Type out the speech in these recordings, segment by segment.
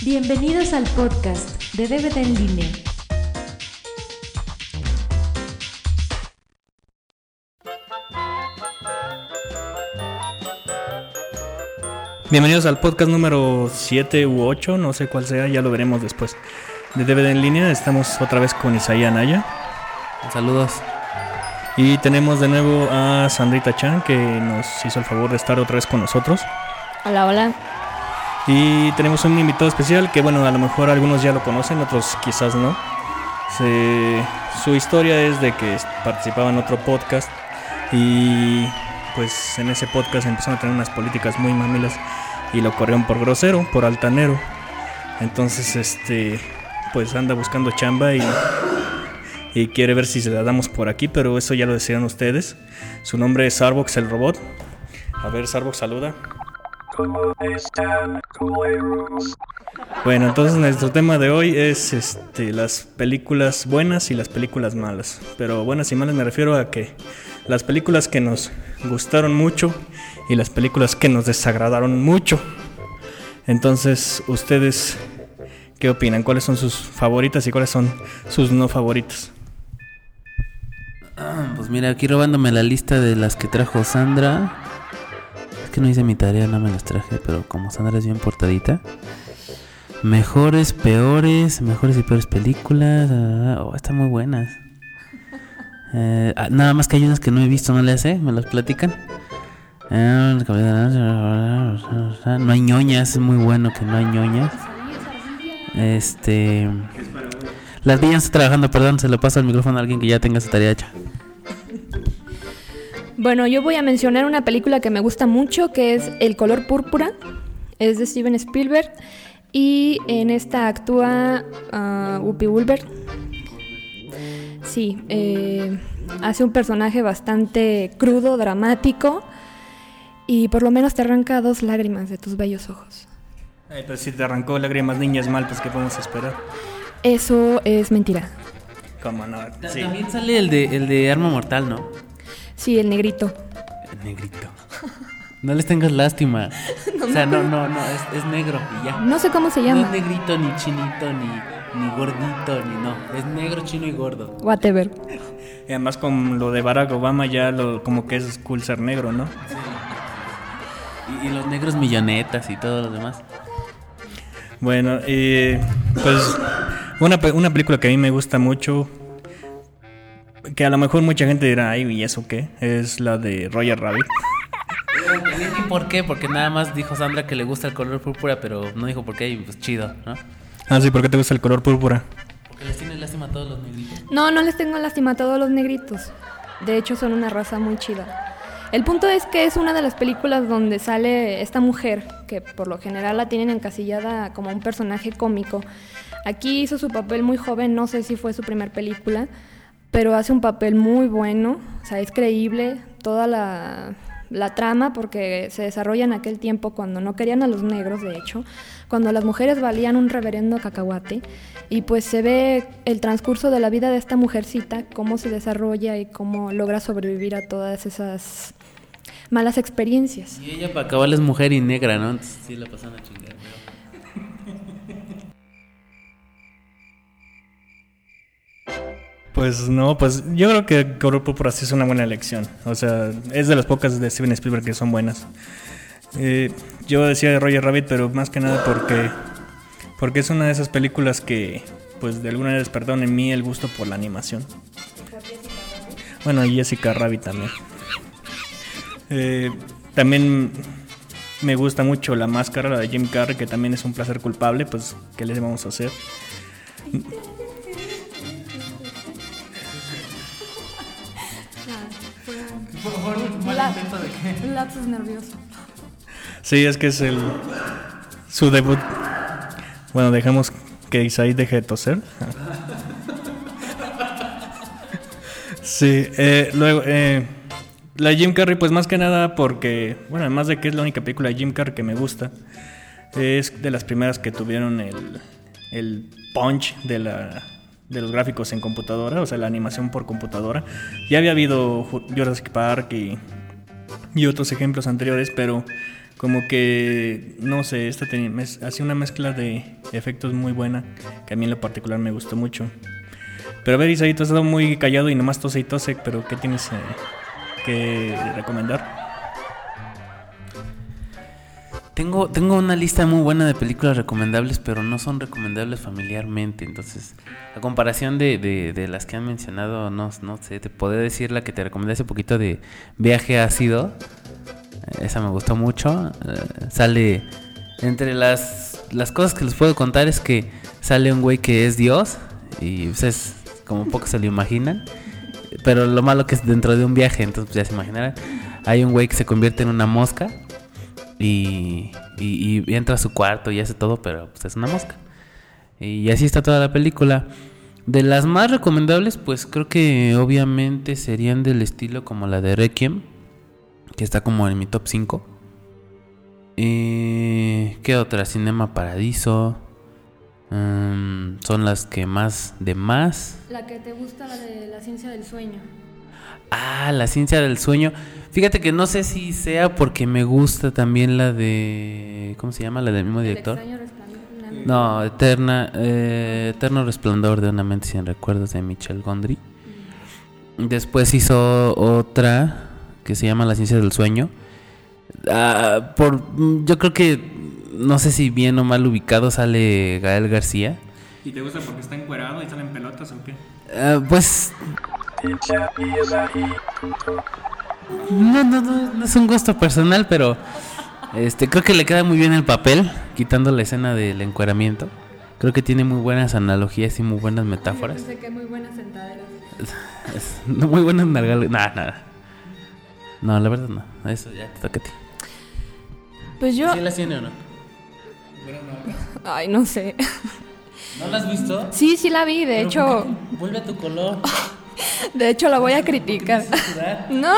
Bienvenidos al podcast de DVD en línea. Bienvenidos al podcast número 7 u 8, no sé cuál sea, ya lo veremos después. De DVD en línea, estamos otra vez con Isaí Anaya. Saludos. Y tenemos de nuevo a Sandrita Chan, que nos hizo el favor de estar otra vez con nosotros. Hola, hola. Y tenemos un invitado especial que, bueno, a lo mejor algunos ya lo conocen, otros quizás no. Su historia es de que participaba en otro podcast y pues en ese podcast empezaron a tener unas políticas muy mamilas y lo corrieron por grosero, por altanero. Entonces, pues anda buscando chamba y quiere ver si se la damos por aquí, pero eso ya lo decían ustedes. Su nombre es Sarbox el robot. A ver, Sarbox, saluda. ¿Cómo están, culeros? Bueno, entonces nuestro tema de hoy es las películas buenas y las películas malas. Pero buenas y malas me refiero a que las películas que nos gustaron mucho y las películas que nos desagradaron mucho. Entonces, ¿ustedes qué opinan? ¿Cuáles son sus favoritas y cuáles son sus no favoritas? Pues mira, aquí robándome la lista de las que trajo Sandra. Es que no hice mi tarea, no me las traje, pero como Sandra es bien portadita. Mejores, peores, mejores y peores películas. Están muy buenas. Nada más que hay unas que no he visto, ¿no le hace? ¿Me las platican? No hay ñoñas, es muy bueno que no hay ñoñas. Las villas está trabajando, perdón, se lo paso el micrófono a alguien que ya tenga esa tarea hecha. Bueno, yo voy a mencionar una película que me gusta mucho, que es El color púrpura. Es de Steven Spielberg y en esta actúa Whoopi Goldberg. Sí, hace un personaje bastante crudo, dramático y por lo menos te arranca 2 lágrimas de tus bellos ojos. Pero si te arrancó lágrimas niñas mal, pues ¿qué podemos esperar? Eso es mentira. ¿Cómo no? Sí. También sale el de Arma Mortal, ¿no? Sí, el negrito. El negrito. No les tengas lástima. No, o sea, no, es negro y ya. No sé cómo se No llama. es negrito, ni chinito, ni gordito, ni no. Es negro, chino y gordo. Whatever. Y además con lo de Barack Obama ya como que es cool ser negro, ¿no? Sí. Y los negros millonetas y todo lo demás. Bueno, pues una película que a mí me gusta mucho, que a lo mejor mucha gente dirá, ay, ¿y eso qué? Es la de Roger Rabbit. ¿Y por qué? Porque nada más dijo Sandra que le gusta el color púrpura, pero no dijo por qué, y pues chido, ¿no? Ah, sí, ¿por qué te gusta el color púrpura? Porque les tiene lástima a todos los negritos. No les tengo lástima a todos los negritos. De hecho, son una raza muy chida. El punto es que es una de las películas donde sale esta mujer, que por lo general la tienen encasillada como un personaje cómico. Aquí hizo su papel muy joven, no sé si fue su primer película, pero hace un papel muy bueno, o sea, es creíble toda la trama porque se desarrolla en aquel tiempo cuando no querían a los negros, de hecho, cuando las mujeres valían un reverendo cacahuate, y pues se ve el transcurso de la vida de esta mujercita, cómo se desarrolla y cómo logra sobrevivir a todas esas malas experiencias. Y ella para acabar es mujer y negra, ¿no? Entonces sí la pasan a chingar, Pues no, pues yo creo que Color Púrpura sí es una buena elección. O sea, es de las pocas de Steven Spielberg que son buenas. Yo decía de Roger Rabbit, pero más que nada porque es una de esas películas que pues de alguna manera despertaron en mí el gusto por la animación. Bueno, y Jessica Rabbit también. También me gusta mucho La Máscara, la de Jim Carrey, que también es un placer culpable, pues ¿qué les vamos a hacer? Un lapsus nervioso. Sí, es que es su debut. Bueno, dejamos que Isaí deje de toser. Sí, luego la Jim Carrey, pues más que nada porque, bueno, además de que es la única película de Jim Carrey que me gusta, es de las primeras que tuvieron el punch de los gráficos en computadora, o sea, la animación por computadora. Ya había habido Jurassic Park y otros ejemplos anteriores, pero Como que, no sé, esta hacía una mezcla de efectos muy buena, que a mí en lo particular me gustó mucho. Pero a ver, Isaí, tú has estado muy callado y nomás tose y tose, pero ¿qué tienes que recomendar? Tengo una lista muy buena de películas recomendables, pero no son recomendables familiarmente. Entonces, a comparación de las que han mencionado, no sé, te podría decir la que te recomendé hace poquito de Viaje Ácido. Esa me gustó mucho. Sale, entre las cosas que les puedo contar es que sale un güey que es Dios y pues es como pocos se lo imaginan. Pero lo malo que es dentro de un viaje, entonces pues ya se imaginarán. Hay un güey que se convierte en una mosca y entra a su cuarto y hace todo, pero pues es una mosca. Y así está toda la película. De las más recomendables, pues creo que obviamente serían del estilo como la de Requiem, que está como en mi top 5. ¿Qué otra? Cinema Paradiso. Son las que más de más. La que te gusta, la de La Ciencia del Sueño. Ah, La Ciencia del Sueño. Fíjate que no sé si sea porque me gusta también la de... ¿Cómo se llama? La del mismo director. El extraño resplandor. No, Eterno Resplandor de una mente sin recuerdos, de Michel Gondry. Después hizo otra que se llama La Ciencia del Sueño. Yo creo que, no sé si bien o mal ubicado, sale Gael García. ¿Y te gusta porque está encuerado y salen pelotas o qué? Pues no es un gusto personal, pero creo que le queda muy bien el papel, quitando la escena del encueramiento. Creo que tiene muy buenas analogías y muy buenas metáforas. Yo pensé que muy buenas sentaderas. No, muy buenas nalgas. Nada. No, la verdad no. Eso ya te toca a ti. Pues yo... ¿Sí las tiene o no? Ay, no sé. ¿No la has visto? Sí la vi, de hecho... Vuelve a tu color. De hecho, la voy a criticar. No.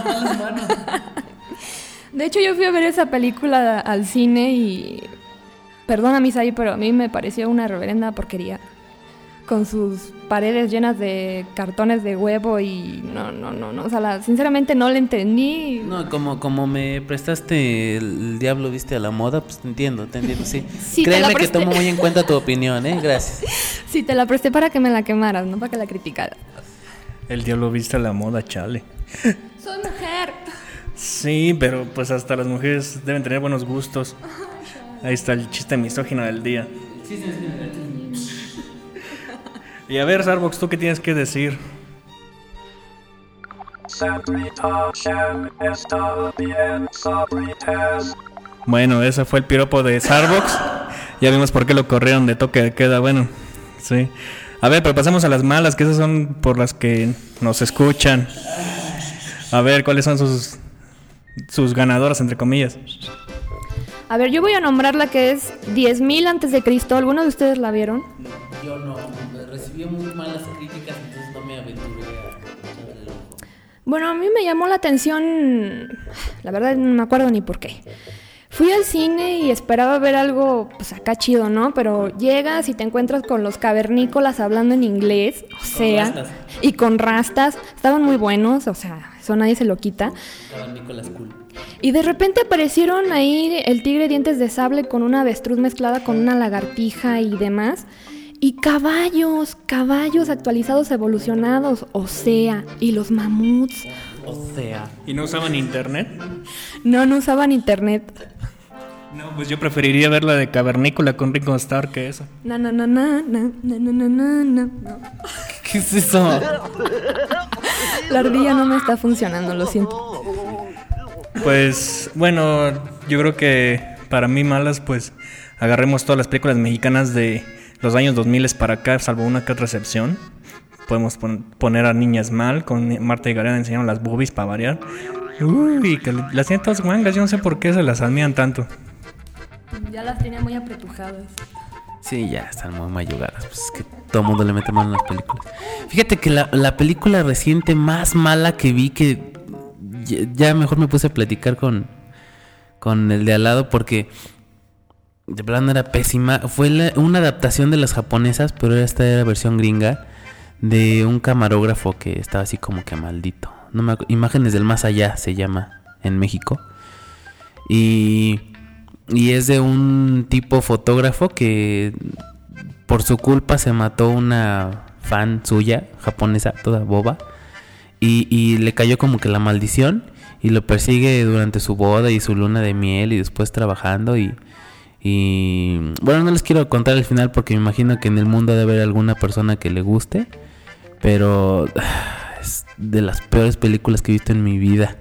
De hecho, yo fui a ver esa película al cine y... Perdona, Misaí, pero a mí me pareció una reverenda porquería. Con sus paredes llenas de cartones de huevo y... No. O sea, sinceramente no le entendí. No, como me prestaste el diablo, viste, a la moda, pues te entiendo, sí. Sí, créeme que tomo muy en cuenta tu opinión, gracias. Sí, te la presté para que me la quemaras, no para que la criticaras. El diablo viste a la moda, chale. Soy mujer. Sí, pero pues hasta las mujeres deben tener buenos gustos. Ahí está el chiste misógino del día. Y a ver, Starbucks, ¿tú qué tienes que decir? Bueno, ese fue el piropo de Starbucks. Ya vimos por qué lo corrieron de toque de queda. Bueno, sí. A ver, pero pasemos a las malas, que esas son por las que nos escuchan. A ver, ¿cuáles son sus ganadoras, entre comillas? A ver, yo voy a nombrar la que es 10.000 antes de Cristo. ¿Alguno de ustedes la vieron? Yo no, recibí muy malas críticas, entonces no me aventuré a verlo. Bueno, a mí me llamó la atención, la verdad no me acuerdo ni por qué. Fui al cine y esperaba ver algo, pues acá chido, ¿no? Pero llegas y te encuentras con los cavernícolas hablando en inglés, o sea, y con rastas. Estaban muy buenos, o sea, eso nadie se lo quita. Cavernícolas cool. Y de repente aparecieron ahí el tigre dientes de sable con una avestruz mezclada con una lagartija y demás. Y caballos actualizados, evolucionados, o sea, y los mamuts. O sea. ¿Y no usaban internet? No usaban internet. No, pues yo preferiría ver la de Cavernícola con Ringo Starr que esa. No. ¿Qué es eso? La ardilla no me está funcionando, lo siento. Pues, bueno, yo creo que para mí malas, pues agarremos todas las películas mexicanas de los años 2000 para acá, salvo una que otra excepción. Podemos poner a Niñas Mal con Marta y Gareda enseñando las boobies para variar. Uy, que las tienen todas guangas, yo no sé por qué se las admiran tanto. Ya las tenía muy apretujadas. Sí, ya están muy mayugadas. Pues es que todo el mundo le mete mano en las películas. Fíjate que la película reciente más mala que vi, que ya mejor me puse a platicar con el de al lado porque de plano era pésima. Fue una adaptación de las japonesas, pero esta era versión gringa, de un camarógrafo que estaba así como que maldito. Imágenes del más allá se llama en México. Y es de un tipo fotógrafo que por su culpa se mató una fan suya, japonesa, toda boba. Y le cayó como que la maldición. Y lo persigue durante su boda y su luna de miel. Y después trabajando. Y bueno, no les quiero contar el final porque me imagino que en el mundo debe haber alguna persona que le guste. Pero es de las peores películas que he visto en mi vida.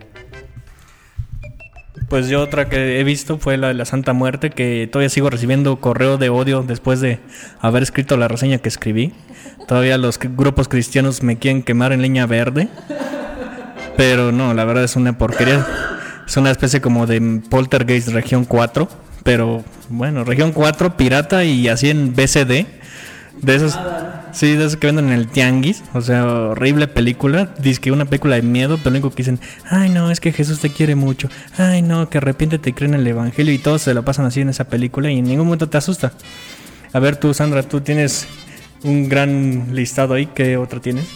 Pues yo otra que he visto fue la de la Santa Muerte, que todavía sigo recibiendo correo de odio después de haber escrito la reseña que escribí. Todavía los grupos cristianos me quieren quemar en leña verde. Pero no, la verdad es una porquería. Es una especie como de Poltergeist Región 4. Pero bueno, Región 4, pirata y así en BCD. De esos, sí, de esos que venden en el tianguis. O sea, horrible película. Dice que una película de miedo, pero lo único que dicen: ay no, es que Jesús te quiere mucho. Ay no, que arrepiéntete y cree en el evangelio. Y todos se lo pasan así en esa película y en ningún momento te asusta. A ver tú, Sandra, tú tienes un gran listado ahí. ¿Qué otra tienes?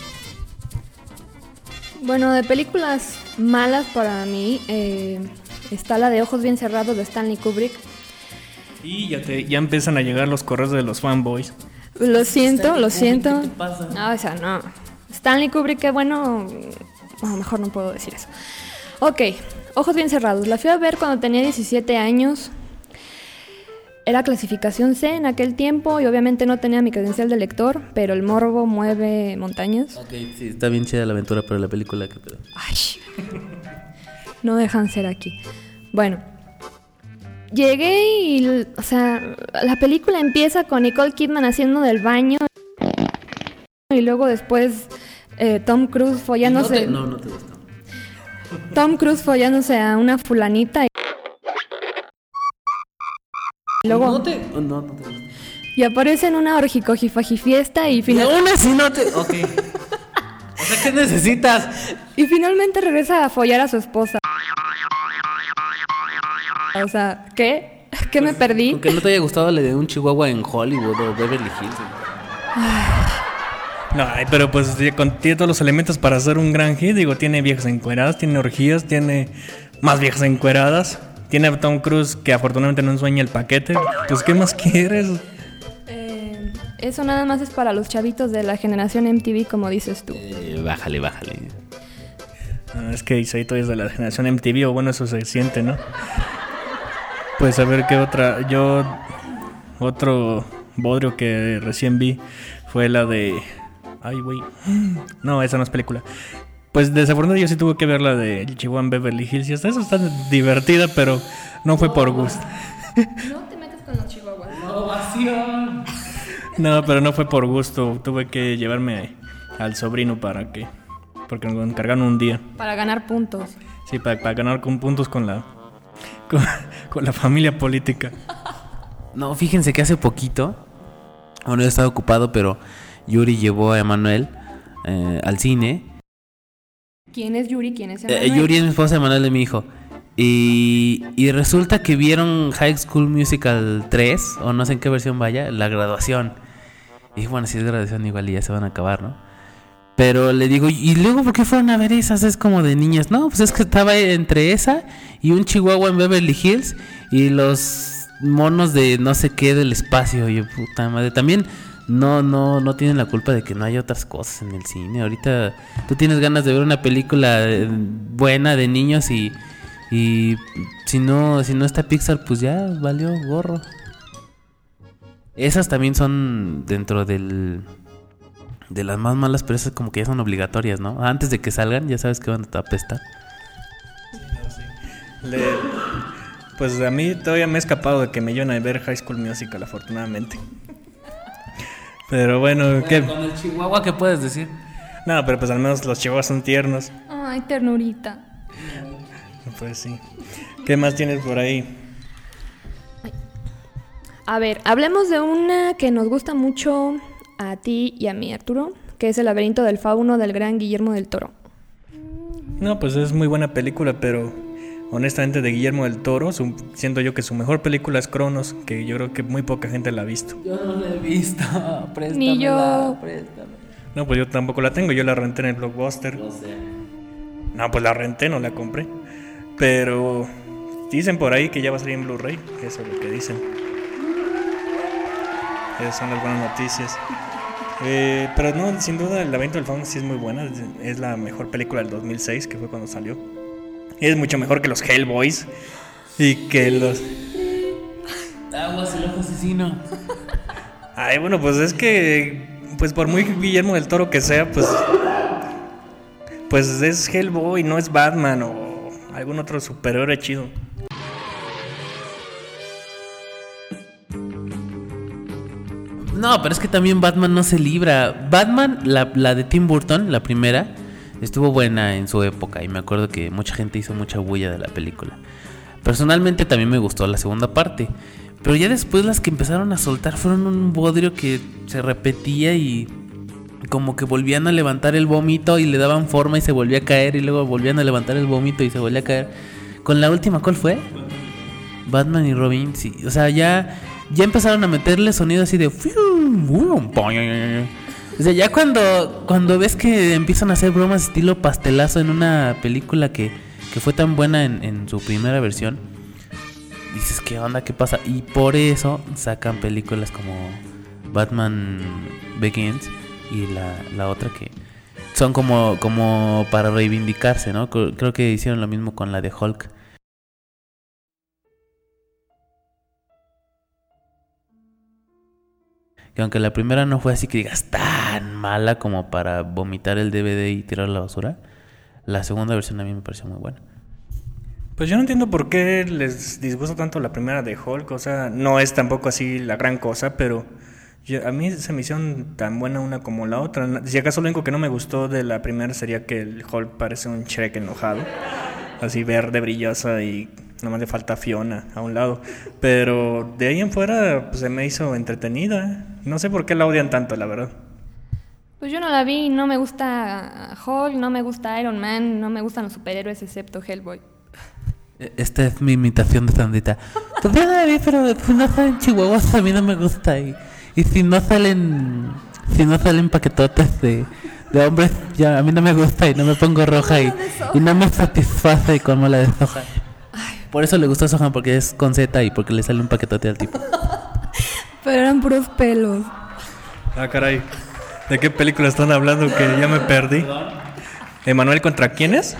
Bueno, de películas malas para mí está la de Ojos Bien Cerrados de Stanley Kubrick. Y ya empiezan a llegar los correos de los fanboys. Lo siento. ¿Qué te pasa? No, o sea, no. Stanley Kubrick, qué bueno. No, mejor no puedo decir eso. Ok, Ojos Bien Cerrados. La fui a ver cuando tenía 17 años. Era clasificación C en aquel tiempo y obviamente no tenía mi credencial de lector, pero el morbo mueve montañas. Ok, sí, está bien chida la aventura, pero la película, ¿qué pedo? Ay, no dejan ser aquí. Bueno, llegué y, o sea, la película empieza con Nicole Kidman haciendo del baño y luego después Tom Cruise follándose. No te gusta. Tom Cruise follándose a una fulanita y luego No te gusta. y aparece en una orgicojifajifiesta y Aún así no te... Ok. O sea, ¿qué necesitas? y finalmente regresa a follar a su esposa. O sea, ¿qué? ¿Qué me perdí? Aunque no te haya gustado la de un chihuahua en Hollywood o Beverly Hills. No, pero pues tiene todos los elementos para hacer un gran hit. Digo, tiene viejas encueradas, tiene orgías, tiene más viejas encueradas. Tiene a Tom Cruise que afortunadamente no ensueña el paquete. Pues, ¿qué más quieres? Eso nada más es para los chavitos de la generación MTV, como dices tú. Bájale. Es que Isaito es de la generación MTV, o bueno, eso se siente, ¿no? Pues a ver qué otra. Otro bodrio que recién vi fue la de... Ay, güey. No, esa no es película. Pues desafortunadamente yo sí tuve que ver la de Chihuahua en Beverly Hills. Y hasta eso está divertida, pero no fue por gusto. No te metas con los chihuahuas. ¡Ovación! No, pero no fue por gusto. Tuve que llevarme al sobrino porque me encargaron un día. Para ganar puntos. Sí, para ganar con puntos con la familia política. No, fíjense que hace poquito, bueno, yo he estado ocupado, pero Yuri llevó a Emanuel al cine. ¿Quién es Yuri? ¿Quién es Emanuel? Yuri es mi esposa, Emanuel es mi hijo. Y resulta que vieron High School Musical 3, o no sé en qué versión vaya, la graduación. Y dije, bueno, si es graduación igual y ya se van a acabar, ¿no? Pero le digo, ¿y luego por qué fueron a ver esas? Es como de niñas. No, pues es que estaba entre esa y un chihuahua en Beverly Hills y los monos de no sé qué del espacio. Y yo, puta madre, también no tienen la culpa de que no haya otras cosas en el cine. Ahorita tú tienes ganas de ver una película buena de niños y si no está Pixar, pues ya valió gorro. Esas también son dentro de las más malas, pero esas como que ya son obligatorias, ¿no? Antes de que salgan, ya sabes que van a apestar. Pues a mí todavía me he escapado de que me lleven a ver High School Musical, afortunadamente. Pero bueno, ¿qué? Con el chihuahua, ¿qué puedes decir? No, pero pues al menos los chihuahuas son tiernos. Ay, ternurita. Pues sí. ¿Qué más tienes por ahí? A ver, hablemos de una que nos gusta mucho a ti y a mí, Arturo, que es El laberinto del fauno del gran Guillermo del Toro. No, pues es muy buena película, pero honestamente de Guillermo del Toro, siento yo que su mejor película es Cronos, que yo creo que muy poca gente la ha visto. Yo no la he visto, préstamela. Ni yo. Préstamela. No, pues yo tampoco la tengo, yo la renté en el Blockbuster. No sé. No, pues la renté, no la compré. Pero dicen por ahí que ya va a salir en Blu-ray. Eso es lo que dicen. Esas son las buenas noticias. Pero no, sin duda el laberinto del fauno sí es muy buena. Es la mejor película del 2006, que fue cuando salió. Es mucho mejor que los Hellboys y que los... Aguas, el ojo asesino. Ay, bueno, pues es que... Pues por muy Guillermo del Toro que sea, pues es Hellboy, no es Batman o algún otro superhéroe chido. No, pero es que también Batman no se libra. Batman, la de Tim Burton, la primera, estuvo buena en su época. Y me acuerdo que mucha gente hizo mucha bulla de la película. Personalmente también me gustó la segunda parte. Pero ya después las que empezaron a soltar fueron un bodrio que se repetía y como que volvían a levantar el vómito y le daban forma y se volvía a caer. Y luego volvían a levantar el vómito y se volvía a caer. Con la última, ¿cuál fue? Batman y Robin, sí. O sea, ya empezaron a meterle sonido así de... O sea, ya cuando ves que empiezan a hacer bromas estilo pastelazo en una película que fue tan buena en su primera versión, dices, ¿qué onda? ¿Qué pasa? Y por eso sacan películas como Batman Begins y la otra que son como para reivindicarse, ¿no? Creo que hicieron lo mismo con la de Hulk. Que aunque la primera no fue así que digas tan mala como para vomitar el DVD y tirar a la basura, la segunda versión a mí me pareció muy buena. Pues yo no entiendo por qué les disgusta tanto la primera de Hulk. O sea, no es tampoco así la gran cosa, pero a mí se me hicieron tan buena una como la otra. Si acaso lo único que no me gustó de la primera sería que el Hulk parece un Shrek enojado, así verde, brillosa, y nomás le falta Fiona a un lado. Pero de ahí en fuera pues se me hizo entretenida. No sé por qué la odian tanto, la verdad. Pues yo no la vi, no me gusta Hulk, no me gusta Iron Man, no me gustan los superhéroes excepto Hellboy. Esta es mi imitación de Sandrita. Pues yo no la vi, pero si no salen chihuahuas a mí no me gusta. Y si no salen paquetotes de hombres, ya a mí no me gusta y no me pongo roja y no me satisface y como la de Sohan. Por eso le gustó a Sohan, porque es con Z y porque le sale un paquetote al tipo. Pero eran puros pelos. Ah, caray. ¿De qué película están hablando que ya me perdí? ¿Emanuel contra quiénes?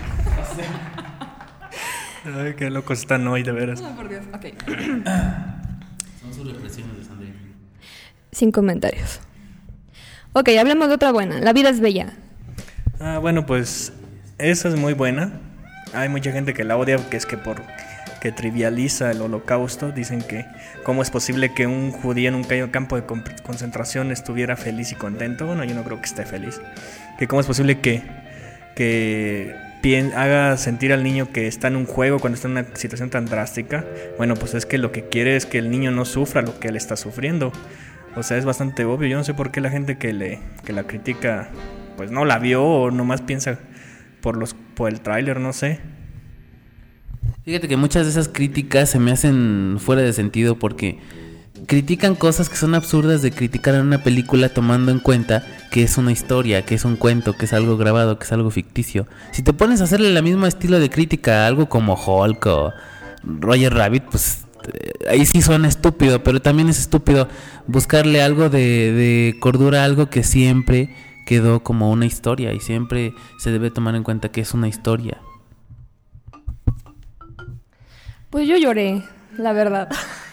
Ay, qué locos están hoy, de veras. No, por Dios. Ok. Son sus represiones de Sandrita. Sin comentarios. Ok, hablemos de otra buena. La vida es bella. Ah, bueno, pues esa es muy buena. Hay mucha gente que la odia, que es que trivializa el holocausto. Dicen que cómo es posible que un judío en un campo de concentración estuviera feliz y contento. Bueno, yo no creo que esté feliz. Que cómo es posible que haga sentir al niño que está en un juego cuando está en una situación tan drástica. Bueno, pues es que lo que quiere es que el niño no sufra lo que él está sufriendo. O sea, es bastante obvio. Yo no sé por qué la gente que la critica pues no la vio o nomás piensa por el tráiler, no sé. Fíjate que muchas de esas críticas se me hacen fuera de sentido porque critican cosas que son absurdas de criticar en una película tomando en cuenta que es una historia, que es un cuento, que es algo grabado, que es algo ficticio. Si te pones a hacerle el mismo estilo de crítica a algo como Hulk o Roger Rabbit, pues ahí sí suena estúpido, pero también es estúpido buscarle algo de cordura a algo que siempre quedó como una historia y siempre se debe tomar en cuenta que es una historia. Pues yo lloré, la verdad.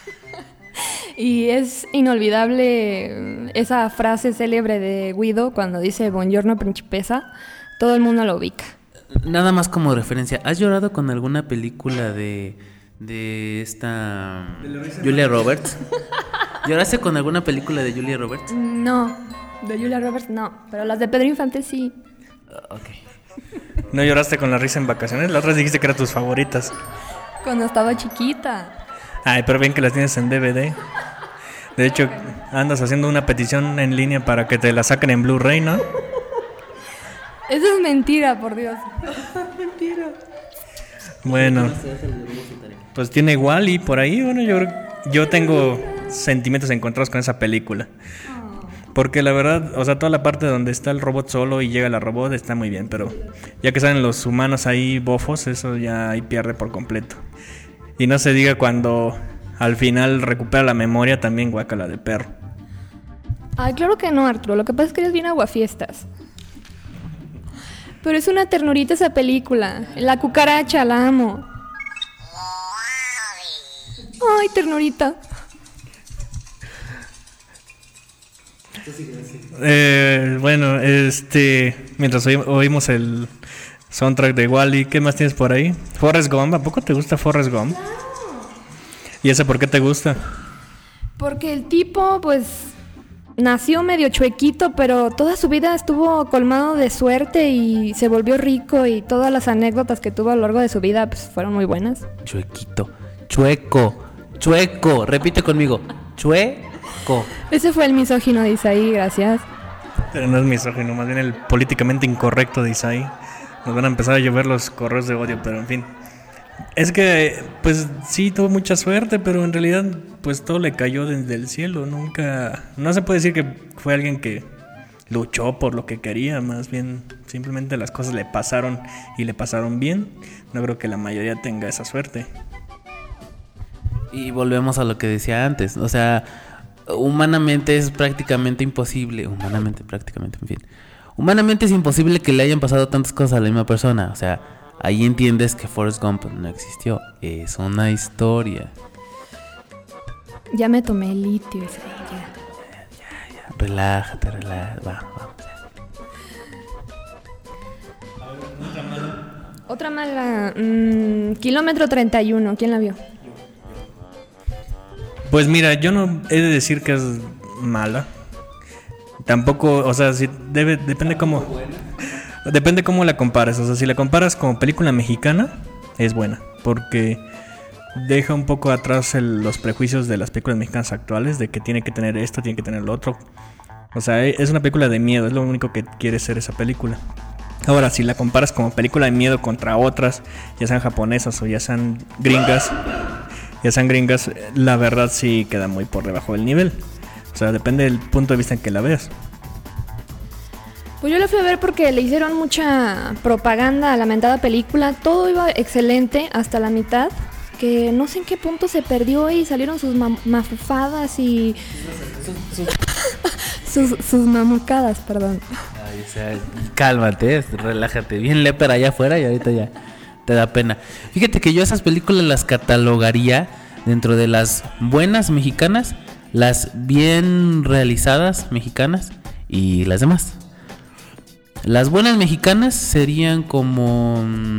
Y es inolvidable esa frase célebre de Guido cuando dice Buongiorno principessa. Todo el mundo lo ubica. Nada más como referencia, ¿has llorado con alguna película de esta Julia Roberts? ¿Lloraste con alguna película de Julia Roberts? No, de Julia Roberts no, pero las de Pedro Infante sí. Ok. ¿No lloraste con La risa en vacaciones? La otra dijiste que eran tus favoritas. Cuando estaba chiquita. Ay, pero bien que las tienes en DVD. De hecho, andas haciendo una petición en línea para que te la saquen en Blu-ray, ¿no? Eso es mentira, por Dios. Mentira. Bueno, pues tiene igual y por ahí, bueno, yo tengo sentimientos encontrados con esa película. Porque la verdad, o sea, toda la parte donde está el robot solo y llega la robot está muy bien, pero ya que salen los humanos ahí bofos, eso ya ahí pierde por completo. Y no se diga cuando al final recupera la memoria, también guácala de perro. Ay, claro que no, Arturo. Lo que pasa es que eres bien aguafiestas. Pero es una ternurita esa película. La cucaracha, la amo. Ay, ternurita. Bueno, mientras oímos el soundtrack de Wall-E, ¿qué más tienes por ahí? Forrest Gump, ¿a poco te gusta Forrest Gump? ¿Y ese por qué te gusta? Porque el tipo, pues, nació medio chuequito, pero toda su vida estuvo colmado de suerte y se volvió rico, y todas las anécdotas que tuvo a lo largo de su vida, pues, fueron muy buenas. Chuequito. Chueco. Repite conmigo. Chueco. Ese fue el misógino de Isaí, gracias. Pero no es misógino, más bien el políticamente incorrecto de Isaí. Nos van a empezar a llover los correos de odio, pero en fin. Es que, pues sí, tuvo mucha suerte, pero en realidad, pues todo le cayó desde el cielo. No se puede decir que fue alguien que luchó por lo que quería, más bien simplemente las cosas le pasaron y le pasaron bien. No creo que la mayoría tenga esa suerte. Y volvemos a lo que decía antes, o sea, humanamente es prácticamente imposible, humanamente es imposible que le hayan pasado tantas cosas a la misma persona, o sea, ahí entiendes que Forrest Gump no existió, es una historia. Ya me tomé el litio, Isaí, Ya, relájate, va. Otra mala, Kilómetro 31, ¿quién la vio? Pues mira, yo no he de decir que es mala. Tampoco, o sea, depende cómo la compares. O sea, si la comparas como película mexicana, es buena, porque deja un poco atrás los prejuicios de las películas mexicanas actuales, de que tiene que tener esto, tiene que tener lo otro. O sea, es una película de miedo, es lo único que quiere ser esa película. Ahora, si la comparas como película de miedo contra otras, ya sean japonesas o ya sean gringas, la verdad sí queda muy por debajo del nivel. O sea, depende del punto de vista en que la veas. Pues yo la fui a ver porque le hicieron mucha propaganda a la mentada película. Todo iba excelente hasta la mitad, que no sé en qué punto se perdió y salieron sus mafufadas y sus mamucadas, perdón. Ay, o sea, cálmate, relájate, bien lepera allá afuera y ahorita ya te da pena. Fíjate que yo esas películas las catalogaría dentro de las buenas mexicanas, las bien realizadas mexicanas y las demás. Las buenas mexicanas serían como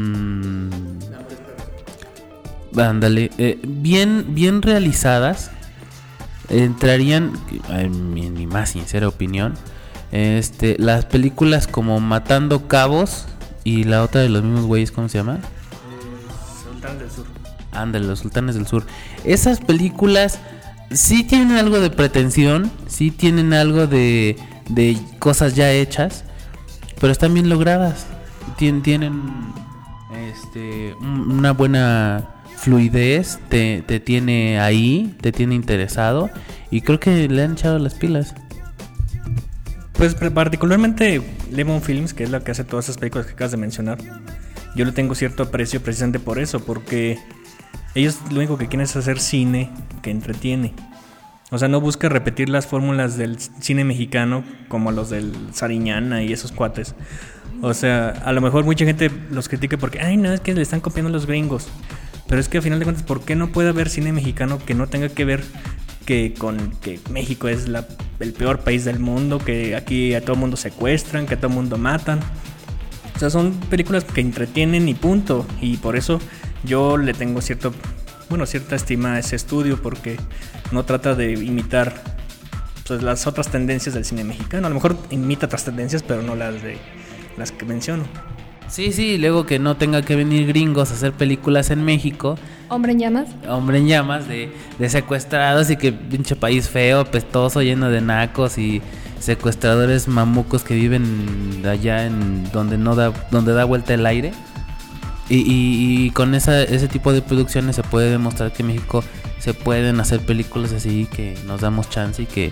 bien realizadas. Entrarían, en mi más sincera opinión, las películas como Matando Cabos y la otra de los mismos güeyes, ¿cómo se llama? Sultanes del Sur. Ándale, Los Sultanes del Sur. Esas películas sí tienen algo de pretensión, sí tienen algo de cosas ya hechas, pero están bien logradas. Tienen una buena fluidez, te tiene ahí, te tiene interesado, y creo que le han echado las pilas. Pues particularmente Lemon Films, que es la que hace todas esas películas que acabas de mencionar, yo le tengo cierto aprecio precisamente por eso, porque ellos lo único que quieren es hacer cine que entretiene. O sea, no busca repetir las fórmulas del cine mexicano como los del Sariñana y esos cuates. O sea, a lo mejor mucha gente los critica porque, ay, no, es que le están copiando los gringos. Pero es que al final de cuentas, ¿por qué no puede haber cine mexicano que no tenga que ver con que México es el peor país del mundo, que aquí a todo mundo secuestran, que a todo mundo matan? O sea, son películas que entretienen y punto. Y por eso yo le tengo cierta estima a ese estudio, porque no trata de imitar, pues, las otras tendencias del cine mexicano. A lo mejor imita otras tendencias, pero no las que menciono. Sí, luego que no tenga que venir gringos a hacer películas en México. ¿Hombre en llamas? Hombre en llamas de secuestrados, y que pinche país feo, pestoso, lleno de nacos y secuestradores mamucos que viven allá en donde da vuelta el aire. Y con ese tipo de producciones se puede demostrar que en México se pueden hacer películas así, que nos damos chance y que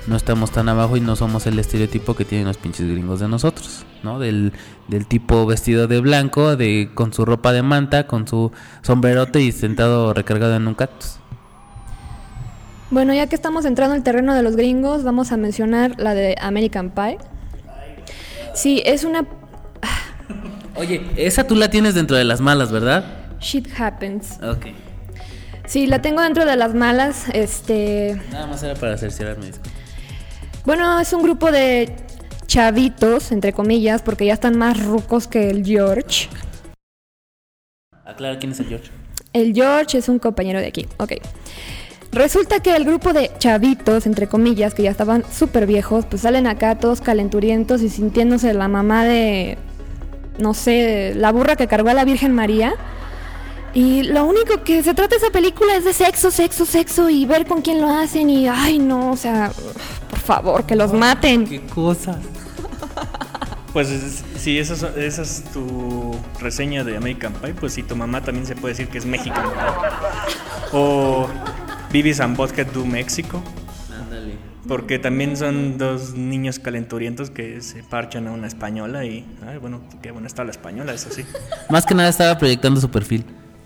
no estamos tan abajo y no somos el estereotipo que tienen los pinches gringos de nosotros, ¿no? Del tipo vestido de blanco, con su ropa de manta, con su sombrerote y sentado recargado en un cactus. Bueno, ya que estamos entrando en el terreno de los gringos, vamos a mencionar la de American Pie. Sí, es una... Oye, esa tú la tienes dentro de las malas, ¿verdad? Shit happens. Ok. Sí, la tengo dentro de las malas. Nada más era para cerciorarme. Disculpa. Bueno, es un grupo de chavitos, entre comillas, porque ya están más rucos que el George. Aclara quién es el George. El George es un compañero de aquí, ok. Resulta que el grupo de chavitos, entre comillas, que ya estaban súper viejos, pues salen acá todos calenturientos y sintiéndose la mamá de, no sé, la burra que cargó a la Virgen María. Y lo único que se trata esa película es de sexo, sexo, sexo y ver con quién lo hacen y, ay no, o sea, por favor, que los maten. ¡Qué cosas! Pues si esa es tu reseña de American Pie, pues si tu mamá también se puede decir que es mexicana. O Beavis and Butthead do México. Ándale. Porque también son dos niños calenturientos que se parchan a una española y, ay, bueno, qué buena está la española, eso sí. Más que nada estaba proyectando su perfil.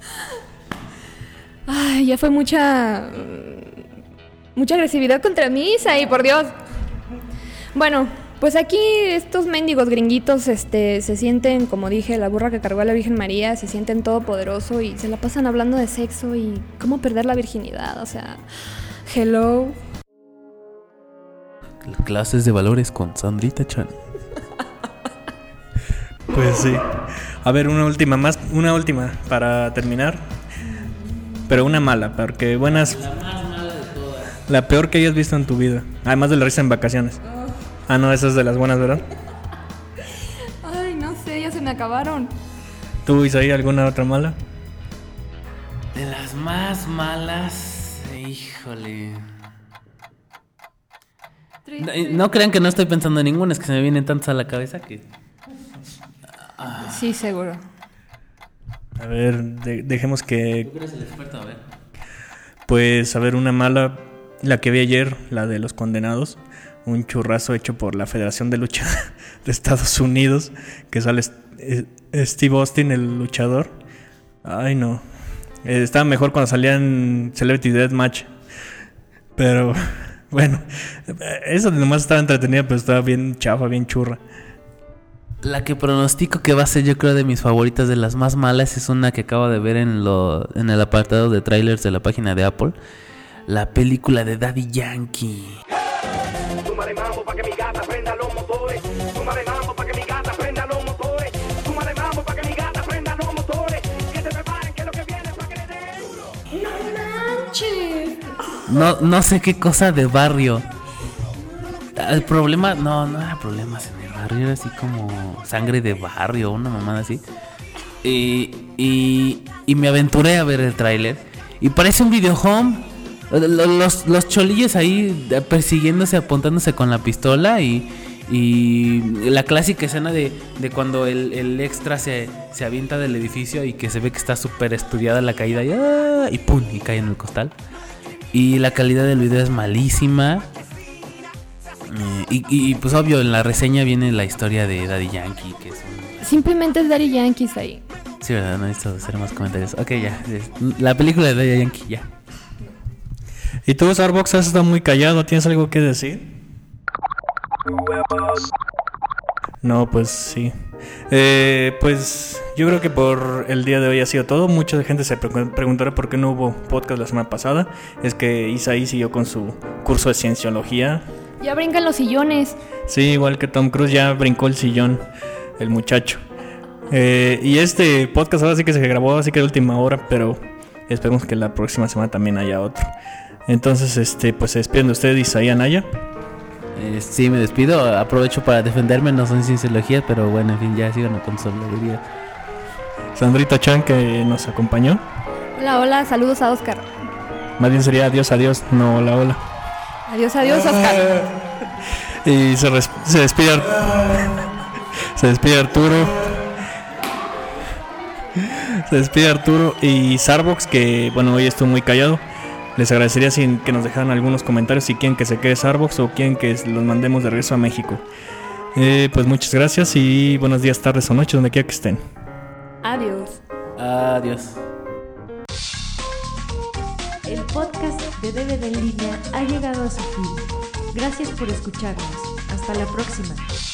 Ay, ya fue mucha agresividad contra mí, Isaí, por Dios. Bueno, pues aquí estos mendigos gringuitos se sienten, como dije, la burra que cargó a la Virgen María, se sienten todopoderoso y se la pasan hablando de sexo y cómo perder la virginidad, o sea, hello. Clases de valores con Sandrita Chan. Pues sí. A ver, una última para terminar. Pero una mala, porque buenas. La más mala de todas. La peor que hayas visto en tu vida. Además de la risa en vacaciones. Ah, no, esa es de las buenas, ¿verdad? Ay, no sé, ya se me acabaron. ¿Tú, Isaí, alguna otra mala? De las más malas, híjole. No crean que no estoy pensando en ninguna, es que se me vienen tantas a la cabeza que... Sí, seguro. A ver, dejemos que... Tú eres el experto, a ver. Pues, a ver, una mala, la que vi ayer, la de los condenados. Un churrazo hecho por la Federación de Lucha de Estados Unidos, que sale Steve Austin, el luchador. Ay, no. Estaba mejor cuando salían Celebrity Deathmatch. Pero, bueno, eso nomás estaba entretenida, pero estaba bien chafa, bien churra. La que pronostico que va a ser, yo creo, de mis favoritas, de las más malas, es una que acabo de ver en el apartado de trailers de la página de Apple. La película de Daddy Yankee. Súmale mambo pa' que mi gata prenda los motores. Súmale mambo pa' que mi gata prenda los motores. Súmale mambo pa' que mi gata prenda los motores. Que se preparen que lo que viene es pa' que le den. ¡No manches! No sé qué cosa de barrio. El problema, no era problemas en el barrio, era así como sangre de barrio, una mamada así. Y me aventuré a ver el tráiler y parece un video home. Los cholillos ahí persiguiéndose, apuntándose con la pistola y la clásica escena de cuando el extra se avienta del edificio y que se ve que está súper estudiada la caída y ¡pum! Y cae en el costal. Y la calidad del video es malísima. Y pues obvio, en la reseña viene la historia de Daddy Yankee, que es Simplemente es Daddy Yankee ahí. Sí, verdad, no necesito hacer más comentarios. Ok, ya. La película de Daddy Yankee, ya. ¿Y tú, Starbucks, has estado muy callado? ¿Tienes algo que decir? No, pues sí. Pues yo creo que por el día de hoy ha sido todo. Mucha gente se preguntará por qué no hubo podcast la semana pasada. Es que Isaí siguió con su curso de cienciología. Ya brincan los sillones. Sí, igual que Tom Cruise ya brincó el sillón, el muchacho. Y este podcast ahora sí que se grabó así que de última hora, pero esperemos que la próxima semana también haya otro. Entonces, pues se despiden de usted, Isaí Anaya. Sí, me despido. Aprovecho para defenderme, no son cienciología, pero bueno, en fin, ya sigan con sabiduría. Sandrita Chan, que nos acompañó. Hola, hola, saludos a Oscar. Más bien sería adiós, adiós, no hola, hola. Adiós, adiós, Oscar. Y se despide Arturo. Se despide Arturo y Starbucks, que bueno, hoy estuvo muy callado. Les agradecería que nos dejaran algunos comentarios si quieren que se quede Starbucks o quieren que los mandemos de regreso a México. Pues muchas gracias y buenos días, tardes o noches, donde quiera que estén. Adiós. Adiós. El podcast de DVD en línea ha llegado a su fin. Gracias por escucharnos. Hasta la próxima.